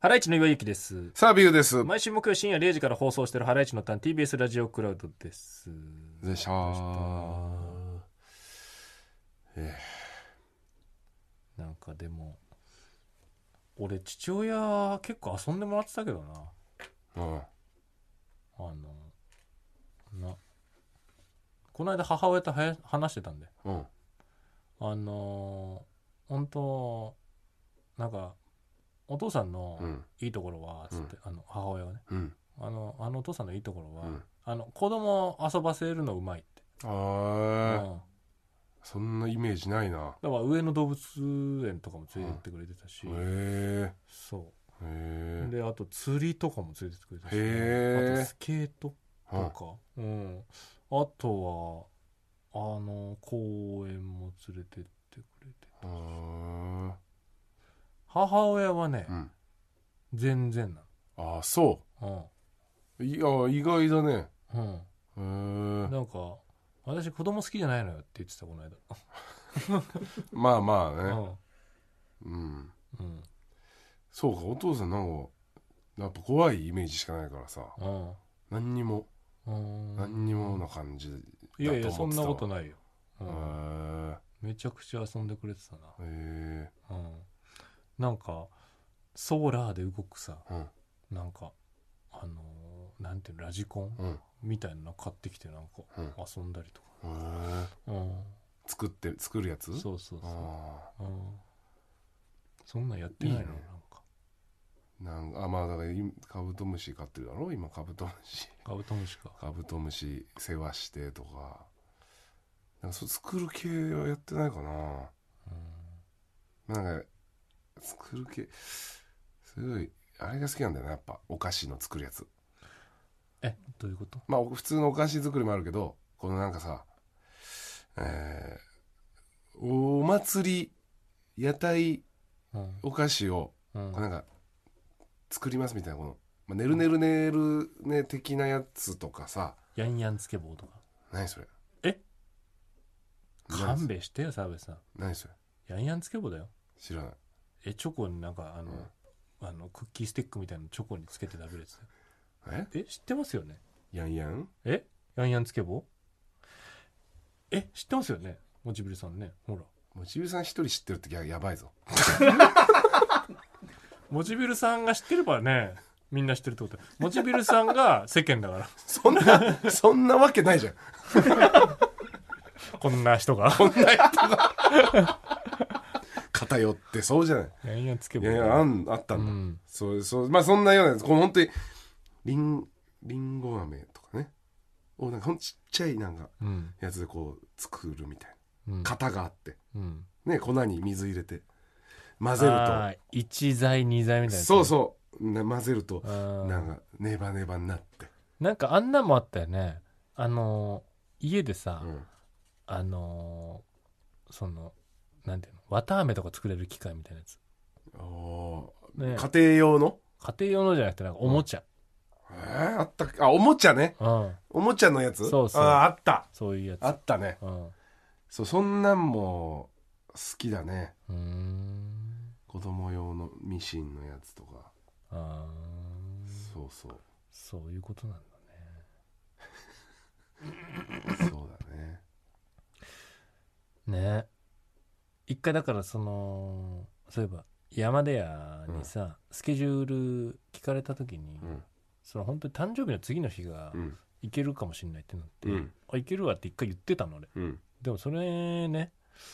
ハライチの岩井ゆきです。 さあビューです。 毎週木曜深夜0時から放送しているハライチのターン TBS ラジオクラウドです。 でしょー。 なんかでも俺父親結構遊んでもらってたけどな。 うん。 なこの間母親と話してたんで、 うん。 本当なんかお父さんのうんいいところはつって、母親がね、 うん。 あのお父さんのいいところは、 うん子供を遊ばせるのうまいって。 ああ、そんなイメージないな。 だから上野動物園とかも連れてってくれてたし、 へえ。 そうへえ。 で、あと釣りとかも連れてってくれたし、 へえ。 あとスケートとか、あとは公園も連れてってくれてたし、母親はね、 うん。 全然なああ、その。 う。いや、意外だね。へえ。 なんか私子供好きじゃないのよって言ってたこの間。 まあまあね。うん。そうか、お父さんなんか、やっぱ怖いイメージしかないからさ。何にもな感じだと思ってたわ。 いやいや、そんなことないよ。 へえ。 めちゃくちゃ遊んでくれてたな。 へえ。 なんかソーラーで動くさ、 うん。 なんかなんていうの、ラジコン、 うん。 みたいなの買ってきてなんか遊んだりとか、 へえ。作るやつ？ そうそうそう、 あそんなんやってないの？ いいね。なんかまあだからカブトムシ飼ってるだろ今。カブトムシカブトムシか。 カブトムシ世話してとか、なんか作る系はやってないかな。なんか作る系すごいあれが好きなんだよな、やっぱお菓子の作るやつ。 どういうこと？ まあ普通のお菓子作りもあるけど、このなんかさ、えお祭り屋台お菓子をこうなんか作りますみたいな、この、まあ、ねるねるねるね的なやつとかさ。 ヤンヤンつけ棒とか。 何それ？ 勘弁してよ澤部さん。 何それ？ ヤンヤンつけ棒だよ。 知らない。 チョコになんかクッキースティックみたいなのチョコにつけて食べるやつだよ。知ってますよね？ ヤンヤンヤンヤンつけ棒知ってますよね？もちびるさんね。ほら、 もちびるさん一人知ってるってやばいぞ。 もちびるさんが知ってればね、みんな知ってるってことだよ。もちびるさんが世間だから。 そんなわけないじゃん。 こんな人が偏ってそうじゃない。 ヤンヤンつけ棒。 いやいや、あったんだ、そうまあそんなようなやつ。この本当にリンゴ飴とかね、なんかほんちっちゃいなんかやつでこう作るみたいな、型があって、ね、粉に水入れて混ぜると一剤二剤みたいな、 そうそう混ぜるとなんかネバネバになって、 なんかあんなもあったよね。家でさ、そのなんていうの、綿飴とか作れる機械みたいなやつ、ね、 家庭用のじゃなくてなんかおもちゃ、 あった。おもちゃね、おもちゃのやつ。 そうあった。 そういうやつあったね。そんなんも好きだね。子供用のミシンのやつとか。 そういうことなんだね。そうだね。 ね。一回だからそういえば山出屋にさ、スケジュール聞かれた時に、本当に誕生日の次の日が行けるかもしれないってなって、行けるわって一回言ってたの俺、でもそれね、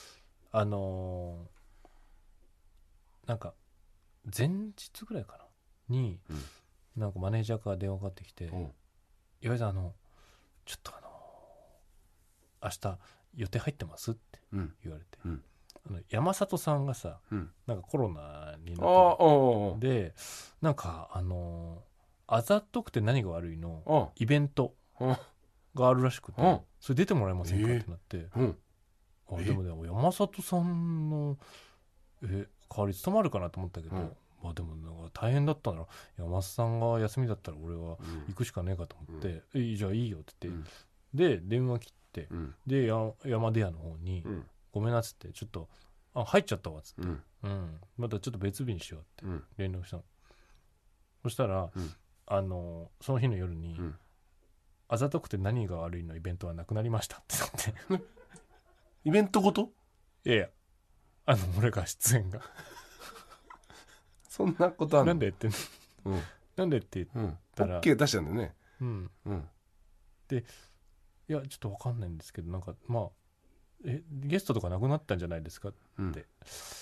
なんか前日ぐらいかなに、なんかマネージャーから電話かかってきて、岩井さんちょっと明日予定入ってますって言われて、山里さんがさ、なんかコロナになってで、なんかあざとくて何が悪いのイベントがあるらしくて、それ出てもらえませんかってなって、でも山里さんの代わり務まるかなと思ったけど、まあでもなんか大変だったなら山里さんが休みだったら俺は行くしかねえかと思って、じゃあいいよって言って、で電話切って、で山出屋の方に、ごめんなっつって、ちょっと入っちゃったわっつって、またちょっと別日にしようって連絡したの。 そしたら、 うんその日の夜に、 うんあざとくて何が悪いのイベントはなくなりましたってなってイベントごといやいや俺が出演がそんなことあんの？ なんでってうんなんでって言ったら、 OK 出したんだよね。 うんうんいやちょっと分かんないんですけど、なんかまあゲストとかなくなったんじゃないですかって、 うんで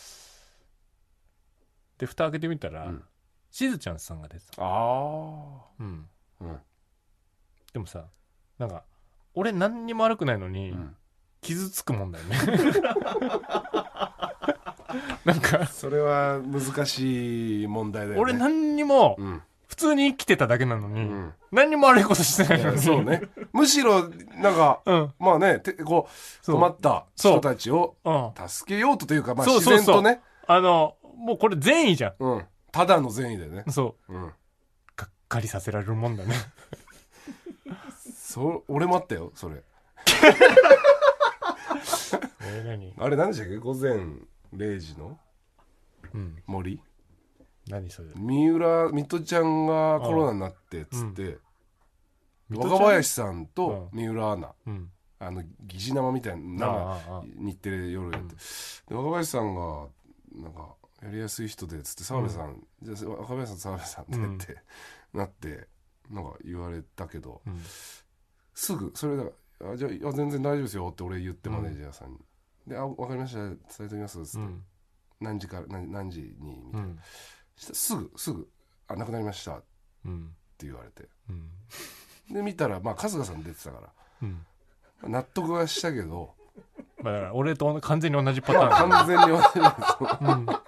蓋開けてみたら、 うんしずちゃんさんが出てた。 あうんあうんでもさ、なんか俺何にも悪くないのに、 うん傷つくもんだよねなんかそれは難しい問題だよね。 俺何にもうん普通に生きてただけなのに、 うん何にも悪いことしてないのに、 そうね。むしろなんかうんまあねこうそう困った人たちをうん助けようというか、まあ自そうそうそう然とね、 もうこれ善意じゃうんただの善意だよね。 ん。そううんがっかりさせられるもんだね俺もあったよそれ。 何あれ何でしたっけ、午前0時のうん森、 何それ水戸ちゃんがコロナになってっつって、 水戸ちゃん若林さんと三浦アナ、 うん疑似生みたいなあ日テレ夜やって、で若林さんがなんかやりやすい人でっつって澤部さん、じゃあ若林さん澤部さんって言って、なってなんか言われたけど、 うんすぐそれだじゃあ全然大丈夫ですよって俺言ってマネージャーさんに、で分かりました伝えておきますっつって、何時から何時にみたいな、したらすぐ亡くなりましたって言われて、で見たらまあ春日さん出てたから、納得はしたけど、 まあ、だから俺と完全に同じパターン、 完全に同じなんです、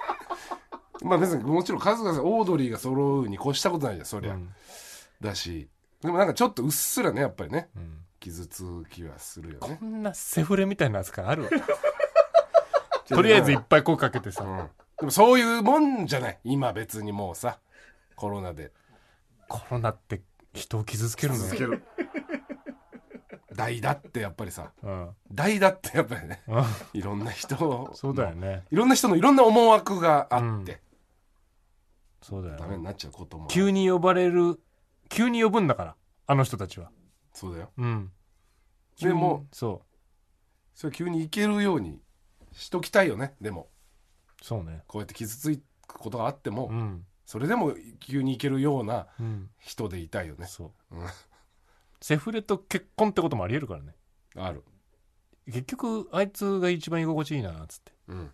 まあ別にもちろん春日さんオードリーが揃うに越したことないじゃんそりゃ、だしでもなんかちょっとうっすらねやっぱりね、傷つきはするよね。 こんなセフレみたいな扱いあるわとりあえずいっぱい声かけてさ、 でもそういうもんじゃない今別にもうさコロナでコロナって人を傷つけるのよ代だってやっぱりさ、 うん代だってやっぱりねうんいろんな人をそうだよねいろんな人のいろんな思惑があって、 そうだよねダメになっちゃうことも急に呼ぶんだからあの人たちは。 そうだよ。 うんでもそそれ急に行けるようにしときたいよね。でもそうねこうやって傷つくことがあっても、 うんそれでも急に行けるようなうん人でいたいよね。 そううんセフレと結婚ってこともありえるからね。 ある。 結局あいつが一番居心地いいなっつってうん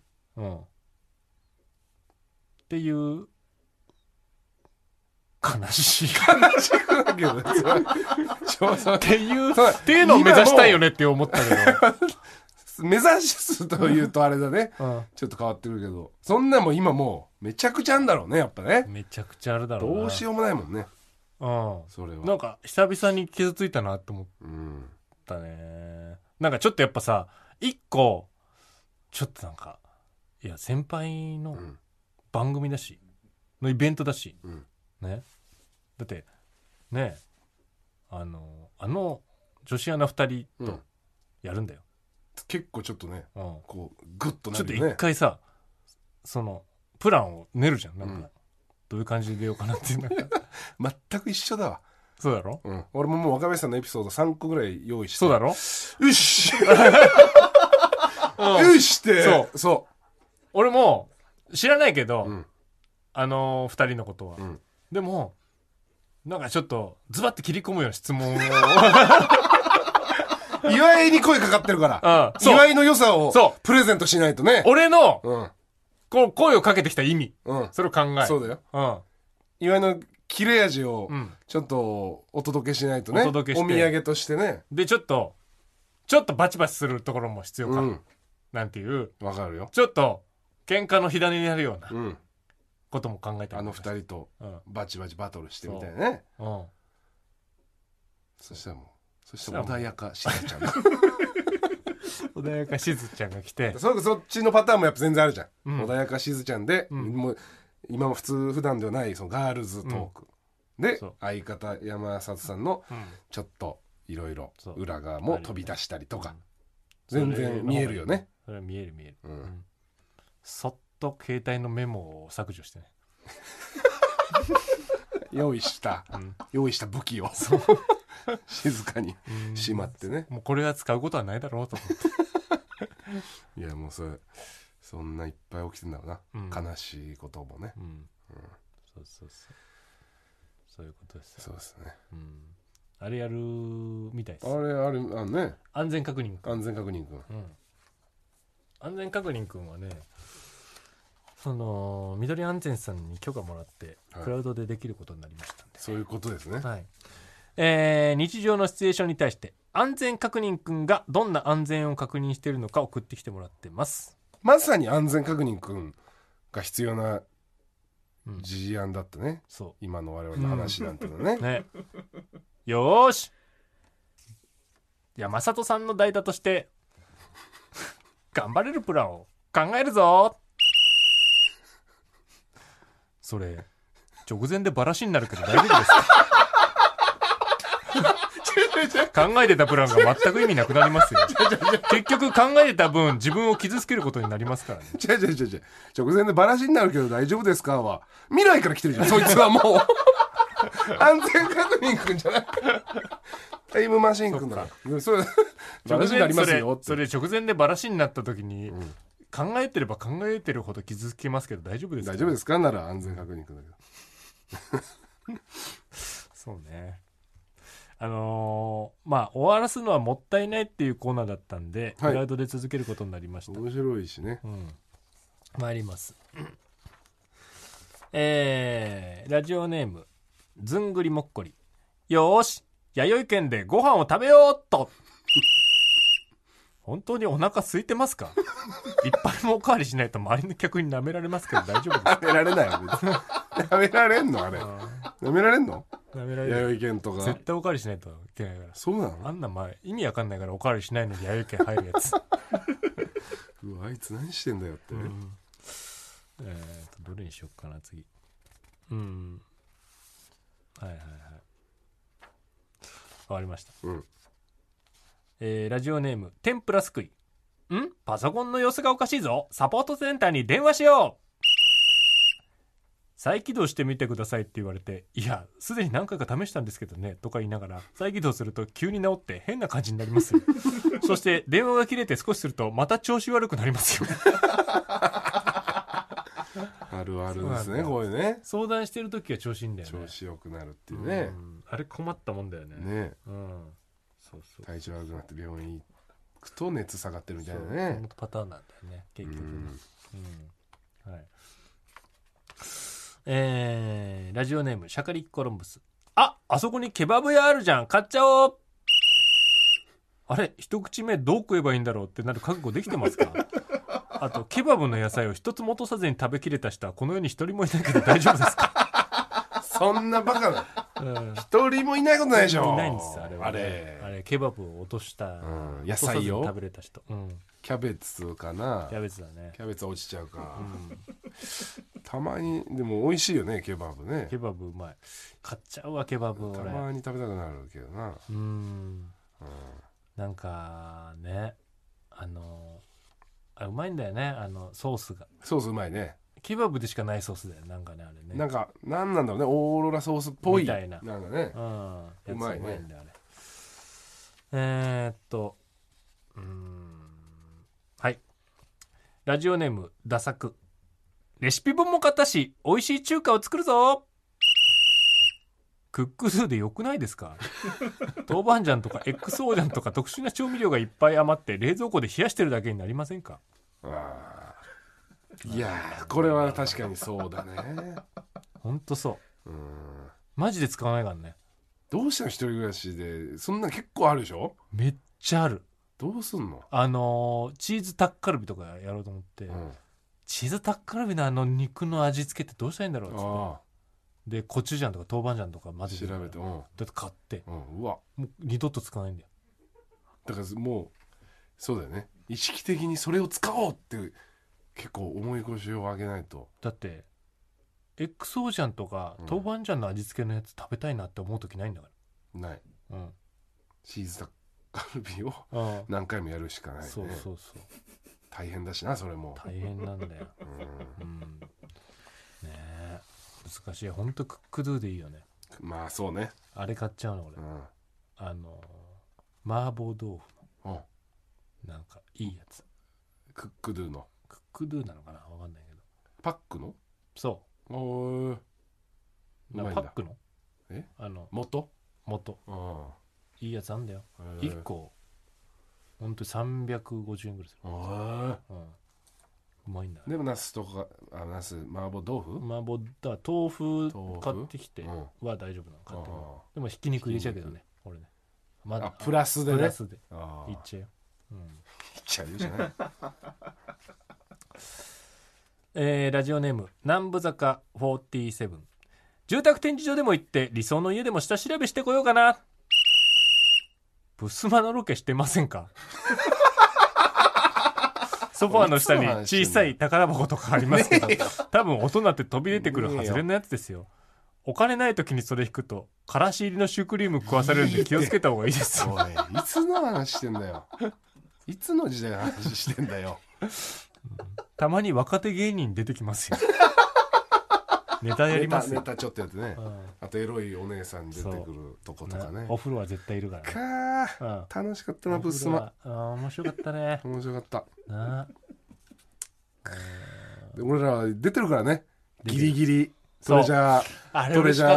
っていう悲しい悲しくだけどっていうのを目指したいよねって思ったけ目指すというとあれだね、 ど、 ちょっと変わってるけど、そんなもん今もうめちゃくちゃあんだろうねやっぱね。 めちゃくちゃあるだろうな。 どうしようもないもんねうんそれは。 なんか久々に傷ついたなって思っうんたね。なんかちょっとやっぱさ一個ちょっとなんかいや先輩のうん番組だしのイベントだしうんね、だってねあの女子アナ2人とやるんだよ、 結構ちょっとねうんこうグッとなちょっとるよね。 一回さそのプランを練るじゃんなんか、 うんどういう感じで出ようかなっていうなんか全く一緒だわ。 そうだろ俺ももう若林さんのエピソード3個ぐらい用意して、 そうだろよしよしってそ俺も知らないけど、 うん 2人のことは、 うんでもなんかちょっとズバッて切り込むような質問を岩井に声かかってるからそう岩井の良さをそうプレゼントしないとね。 俺のうんこう声をかけてきた意味うんそれを考えそうだよ。 うん岩井の切れ味をうんちょっとお届けしないとね、 お届けしてお土産としてね。 でちょっとバチバチするところも必要か、 うんなんていうわかるよ。 ちょっと喧嘩の火種になるようなうんことも考えてあの二人とうんバチバチバトルしてみたいなね。 うんそしたら穏やかしずちゃん穏やかしずちゃんが来てそっちのパターンもやっぱ全然あるじゃん、 うん穏やかしずちゃんで、 うんもう今も普段ではないそのガールズトーク、でそう相方山里さんのうんちょっといろいろそう裏側も飛び出したりとか、 うん全然見えるよね。 それは見える見える、 うんそっと携帯のメモを削除してね用意した武器を静かにしまってね、 もうこれは使うことはないだろうと思っていやもうそんないっぱい起きてんだろうな、悲しいこともね、 そういうことですよ。 そうですね、 あれやるみたいです。 あれね、 安全確認君、 安全確認君、 安全確認君はね、その緑安全さんに許可もらってクラウドでできることになりましたんで、 そういうことですね。 はい。日常のシチュエーションに対して安全確認君がどんな安全を確認しているのか送ってきてもらってます。 まさに安全確認君が必要な事案だったね、 そう今の我々の話なんてのね、 ね。よーし、じゃあ正人さんの代打として頑張れるプランを考えるぞ。それ直前でバラシになるけど大丈夫ですか考えてたプランが全く意味なくなりますよ結局考えてた分自分を傷つけることになりますからね。 違う直前でバラシになるけど大丈夫ですかは未来から来てるじゃんそいつはもう安全確認君じゃないタイムマシン君だからそれバラシになりますよって。 それ直前でバラシになった時に、考えてれば考えてるほど傷つけますけど大丈夫ですか、 大丈夫ですかなら安全確認君だけどそうね。まあ終わらすのはもったいないっていうコーナーだったんで、クラウドで続けることになりました。 面白いしね、 参りますラジオネームずんぐりもっこり。よーし弥生県でご飯を食べようっと本当にお腹空いてますかいっぱいもおかわりしないと周りの客に舐められますけど大丈夫ですか。 舐められないよ別に舐められんのあれ舐められんの舐められる。 弥生県とか絶対おかわりしないといけないから。 そうなの。 あんな前意味わかんないからおかわりしないのに弥生県入るやつうわあいつ何してんだよってね、 どれにしよっかな次。はいわかりました、ラジオネーム天ぷらすくい。パソコンの様子がおかしいぞ、サポートセンターに電話しよう。再起動してみてくださいって言われて、いやすでに何回か試したんですけどねとか言いながら再起動すると急に治って変な感じになりますよそして電話が切れて少しするとまた調子悪くなりますよあるあるですねこういうね。 相談してる時は調子いいんだよね。 調子よくなるっていうね、 あれ困ったもんだよね。 ね、 そう体調悪くなって病院行くと熱下がってるみたいなね。 そのパターンなんだよね結局ね。ラジオネームシャカリッコロンブス。あそこにケバブ屋あるじゃん、買っちゃおう。あれ一口目どう食えばいいんだろうってなる覚悟できてますかあとケバブの野菜を一つも落とさずに食べきれた人はこの世に一人もいないけど大丈夫ですかそんなバカな一人もいないことないでしょ。 いないんですあれは、ね、あれケバブを落とした、 野菜を食べれた人、 キャベツかな。 キャベツだね。 キャベツは落ちちゃうか、たまにでも美味しいよねケバブね。 ケバブうまい。買っちゃうわケバブ。 たまに食べたくなるけどな。 なんかねうまいんだよねソースが。 ソースうまいね。 ケバブでしかないソースだよなんかねあれね。 なんかなんだろうねオーロラソースっぽいみたいななんかね、 うまいね。はいラジオネームダサク。レシピ本も買ったし美味しい中華を作るぞ。クックドゥでよくないですか豆板醤とか XO 醤とか特殊な調味料がいっぱい余って冷蔵庫で冷やしてるだけになりませんか。 いやこれは確かにそうだねほんとそう。マジで使わないからね。 どうしたの一人暮らしでそんな結構あるでしょ。 めっちゃある。 どうすんの。 チーズタッカルビとかやろうと思って、チーズタッカルビの肉の味付けってどうしたらいいんだろうっつってでコチュジャンとか豆板醤とか混ぜて調べて、だって買って、 うわもう二度と使わないんだよ。 だからもうそうだよね意識的にそれを使おうって結構重い腰を上げないと。 だって XO 醤とか豆板醤の味付けのやつ食べたいなって思う時ないんだから。 ない、チーズタッカルビを何回もやるしかないね。 そう大変だしなそれも大変なんだよねえ。 難しい。ほんとクックドゥでいいよね。 まあそうね。 あれ買っちゃうの俺、麻婆豆腐のなんかいいやつ。 クックドゥのクックドゥなのかな、わかんないけど。 パックの。 そうおー、 パックの元いいやつあんだよ。1個ほんと350円ぐらいする。うまいんだ。 でもナスとかナス麻婆豆腐豆腐買ってきては大丈夫なの。買ってもでもひき肉入れちゃうけどね俺ね。まだプラスでね。 プラスでいっちゃうよ。 いっちゃうよじゃないラジオネーム南部坂47。住宅展示場でも行って理想の家でも下調べしてこようかな。ブスマのロケしてませんか？ソファーの下に小さい宝箱とかありますけど、多分大人って飛び出てくる外れのやつですよ。お金ない時にそれ引くとからし入りのシュークリーム食わされるんで気をつけた方がいいですよ。 いつの話してんだよ。いつの時代の話してんだよ。 たまに若手芸人出てきますよ。ネタやりますよ。 ネタちょっとやってね。あとエロいお姉さん出てくるとことかね。 お風呂は絶対いるからね。 楽しかったなブスマ。 面白かったね。 面白かったな。 俺ら出てるからね。ギリギリトレジャーハ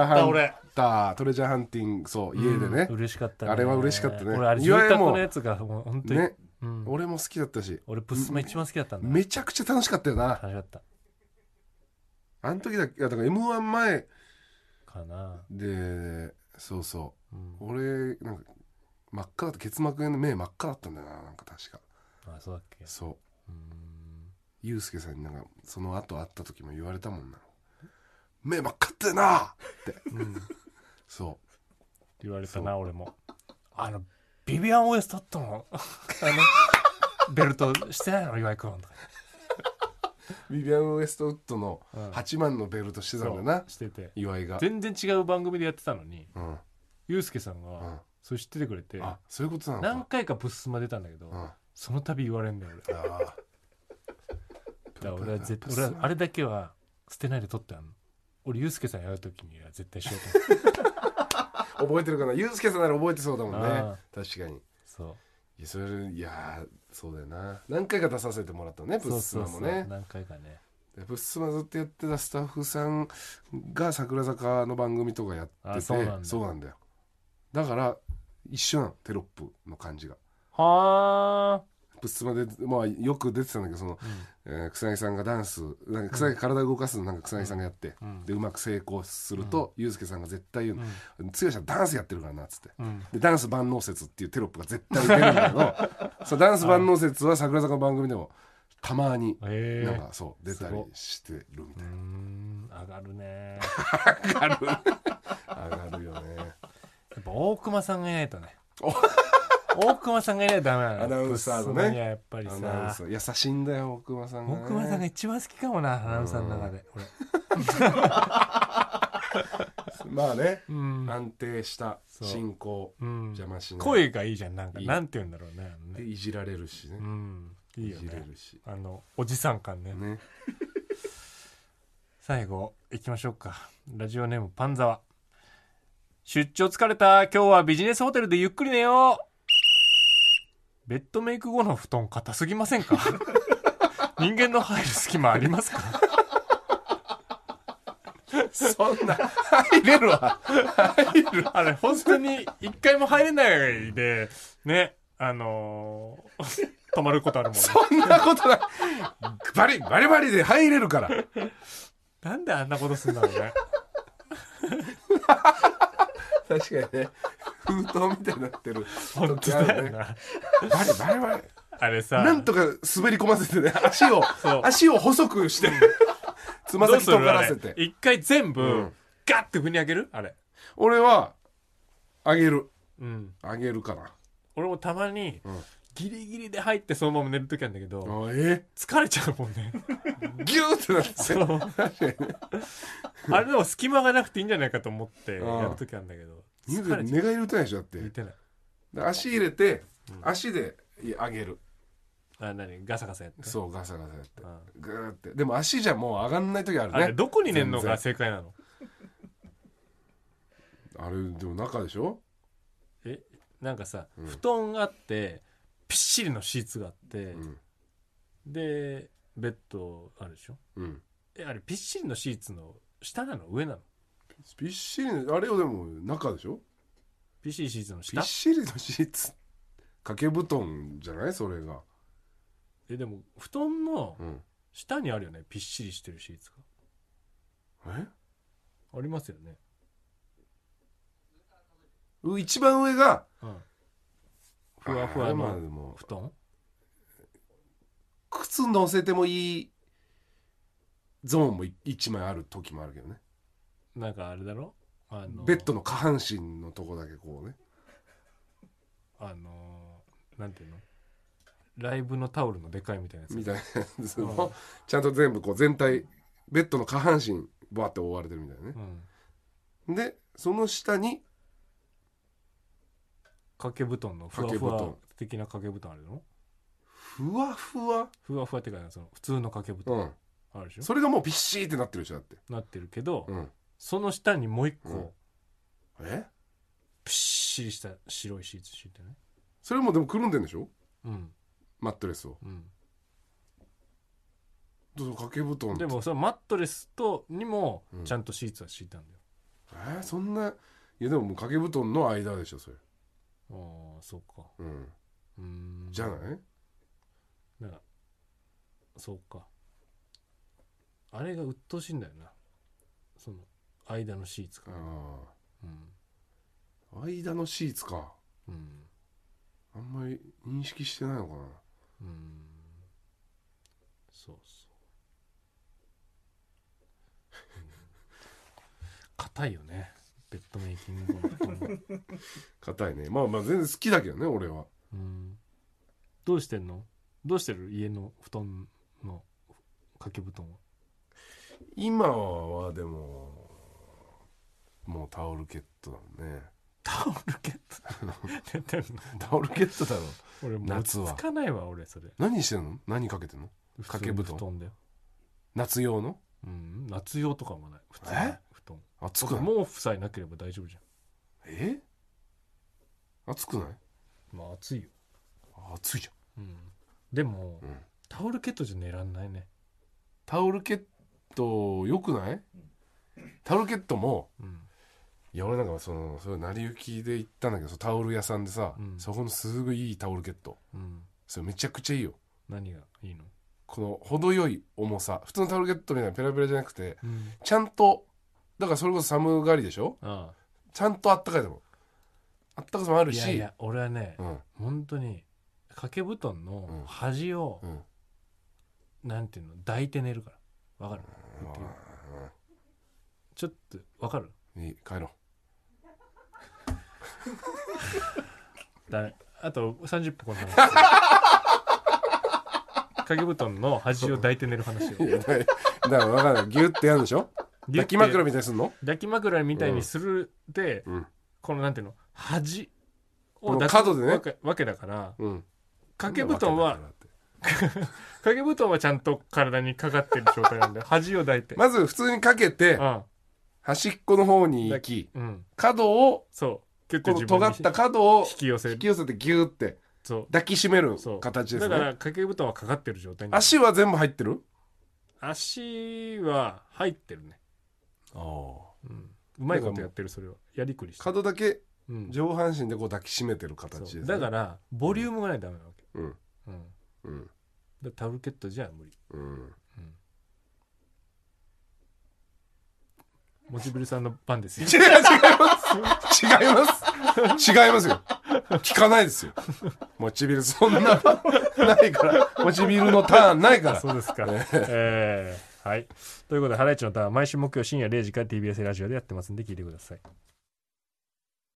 ンティング、そう家でね。 嬉しかったね。 あれは嬉しかったね。 俺あれ住宅のやつが本当にね。 俺も好きだったし。 俺ブスマ一番好きだったんだ。 めちゃくちゃ楽しかったよな。 楽しかった。 あの時だから M1 前かなで、そうそう、俺なんか真っ赤だった、結膜炎で目真っ赤だったんだよな、なんか確か。 そうだっけ。 そう、ユうスケさんになんかその後会った時も言われたもんな、目真っ赤ってなって、そう言われたな。俺もビビアン・ウエストウッドのベルトしてないの岩井君とか。 ビビアン・ウエストウッドの8万のベルトしてたんだな、 してて岩井が全然違う番組でやってたのに、ユうスケさんがそれ知っててくれて、 そういうことなのか。 何回かブッスマ出たんだけど、その度言われんだよ俺。だから俺はあれだけは捨てないで撮ってあるの。俺ユうスケさんやるときには絶対しようと覚えてるかな。ユうスケさんなら覚えてそうだもんね。確かに。 そういやそうだよな。何回か出させてもらったね、ブッスマもね。 何回かね。 ブッスマずっとやってたスタッフさんが桜坂の番組とかやってて、そうなんだよ。だから一緒なの、テロップの感じが。 はあ。 ブッスマで、まあ、よく出てたんだけど、その、草薙さんがダンス、なんか草薙体動かすのなんか草薙さんがやって、でうまく成功すると、ユうスケさんが絶対言うの、剛はダンスやってるからなっつって、でダンス万能説っていうテロップが絶対出るんだけど、そのダンス万能説は桜坂の番組でもたまになんかそう出たりしてるみたいな。 上がるね。 上がるよね。 やっぱ大熊さんがいないとね。大熊さんがいないとダメなの。 アナウンサーのね。 やっぱりさ、 優しいんだよ大熊さんが、ね。 大熊さんが一番好きかもな、アナウンサーの中で。 まあね、安定した進行、邪魔しない。 声がいいじゃん、なんかなんて言うんだろうね。 でいじられるしね。 いいよね。 いじれるし、 おじさん感ね。最後行きましょうか。ラジオネームパンザワ。出張疲れた。今日はビジネスホテルでゆっくり寝よう。ベッドメイク後の布団硬すぎませんか？人間の入る隙間ありますか？ そんな入れるわ。入る。 あれ本当に一回も入れないでね、止まることあるもんね。 そんなことない。バリバリで入れるから。 なんであんなことすんだろうね。 確かにね。封筒みたいになってる時あるね。 バリバリあれさ、 なんとか滑り込ませてね、足を細くしてつま先とからせて一回全部ガッて振り上げる。あれ俺は上げる、上げるかな。 俺もたまにギリギリで入ってそのまま寝るときあるんだけど、疲れちゃうもんね。 ギューってなって。そうあれでも隙間がなくていいんじゃないかと思ってやるときあるんだけど、 寝返り打てないでしょ。だって打てない。 足入れて、足で上げる。 何ガサガサやって。 そうガサガサやってグーって。でも足じゃもう上がんない時あるね。 あれどこに寝るのが正解なの？ あれでも中でしょ。 なんかさ、布団があってぴっしりのシーツがあって、でベッドあるでしょ。あれぴっしりのシーツの下なの上なの？ ぴっしりのあれをでも中でしょ。 ぴっしりシーツの下。 ぴっしりのシーツ掛け布団じゃない？それが。 でも布団の下にあるよね、ぴっしりしてるシーツが。ありますよね。 一番上が、 ふわふわの布団。 靴乗せてもいいゾーンも一枚ある時もあるけどね。 なんかあれだろ、 ベッドの下半身のとこだけこうね、 なんていうの、ライブのタオルのでかいみたいなやつみたいなやつの、ちゃんと全部こう全体ベッドの下半身バーって覆われてるみたいなね、でその下に掛け布団のふわふわ的な掛け布団あるの。 ふわふわってか、その普通の掛け布団あるでしょ。 それがもうピッシーってなってるでしょ。だってなってるけど、その下にもう一個、ぴっしりした白いシーツ敷いてね。 それもでもくるんでんでしょ。マットレスを。掛け布団でもそのマットレスとにもちゃんとシーツは敷いたんだよ。 そんな、いやでももう掛け布団の間でしょそれ。 そうか。 じゃない？ なんかそうか。あれが鬱陶しいんだよな、その間のシーツか。 間のシーツか。あんまり認識してないのかな。 そう硬いよね、ベッドメイキングの布団。 硬いね。まあまあ全然好きだけどね俺は。 どうしてる家の布団の掛け布団は。 今はでももうタオルケットだもんね。 タオルケット寝てんの？ タオルケットだろ。 俺もうつかないわ俺それ。 何してんの？何かけてんの？掛け布団だよ。夏用の？ 夏用とかもない。普通の布団。 暑くない？ 毛布さえなければ大丈夫じゃん。暑くない？ まあ暑いよ。 暑いじゃん。 でも、タオルケットじゃ寝らんないね。 タオルケットよくない？タオルケットも、いや俺なんかそれ成り行きで行ったんだけど、タオル屋さんでさ、そこのすごいいいタオルケット、それめちゃくちゃいいよ。 何がいいの？ この程よい重さ、普通のタオルケットみたいなペラペラじゃなくて、ちゃんとだからそれこそ寒がりでしょ。ちゃんとあったかいでもあったかさもあるし。 いや俺はね、本当に掛け布団の端を、なんていうの、抱いて寝るから。わかる？ちょっとわかる？ いい、帰ろう。だね。あと30分この話。掛け布団の端を抱いて寝る話を。 だから分かんない。ギュッてやるんでしょ。抱き枕みたいにするの？ 抱き枕みたいにするで、このなんていうの、端を出すわけだから、掛け布団は掛け布団はちゃんと体にかかってる状態なんで、端を抱いてまず普通にかけて、端っこの方に行き、角をこの尖った角を引き寄せてギューって抱きしめる形ですね。 だから掛け布団はかかってる状態に。 足は全部入ってる？ 足は入ってるね。うまいことやってる。それはやりくりして角だけ上半身でこう抱きしめてる形ですね。 だからボリュームがないとダメなわけ。だタオルケットじゃ無理。もちぶりさんの番ですよ。 違いますよ。聞かないですよ。もちびるそんなないから。もちびるのターンないから。 そうですか。はい。ということでハライチのターン毎週木曜深夜0時から TBS ラジオでやってますんで聞いてください。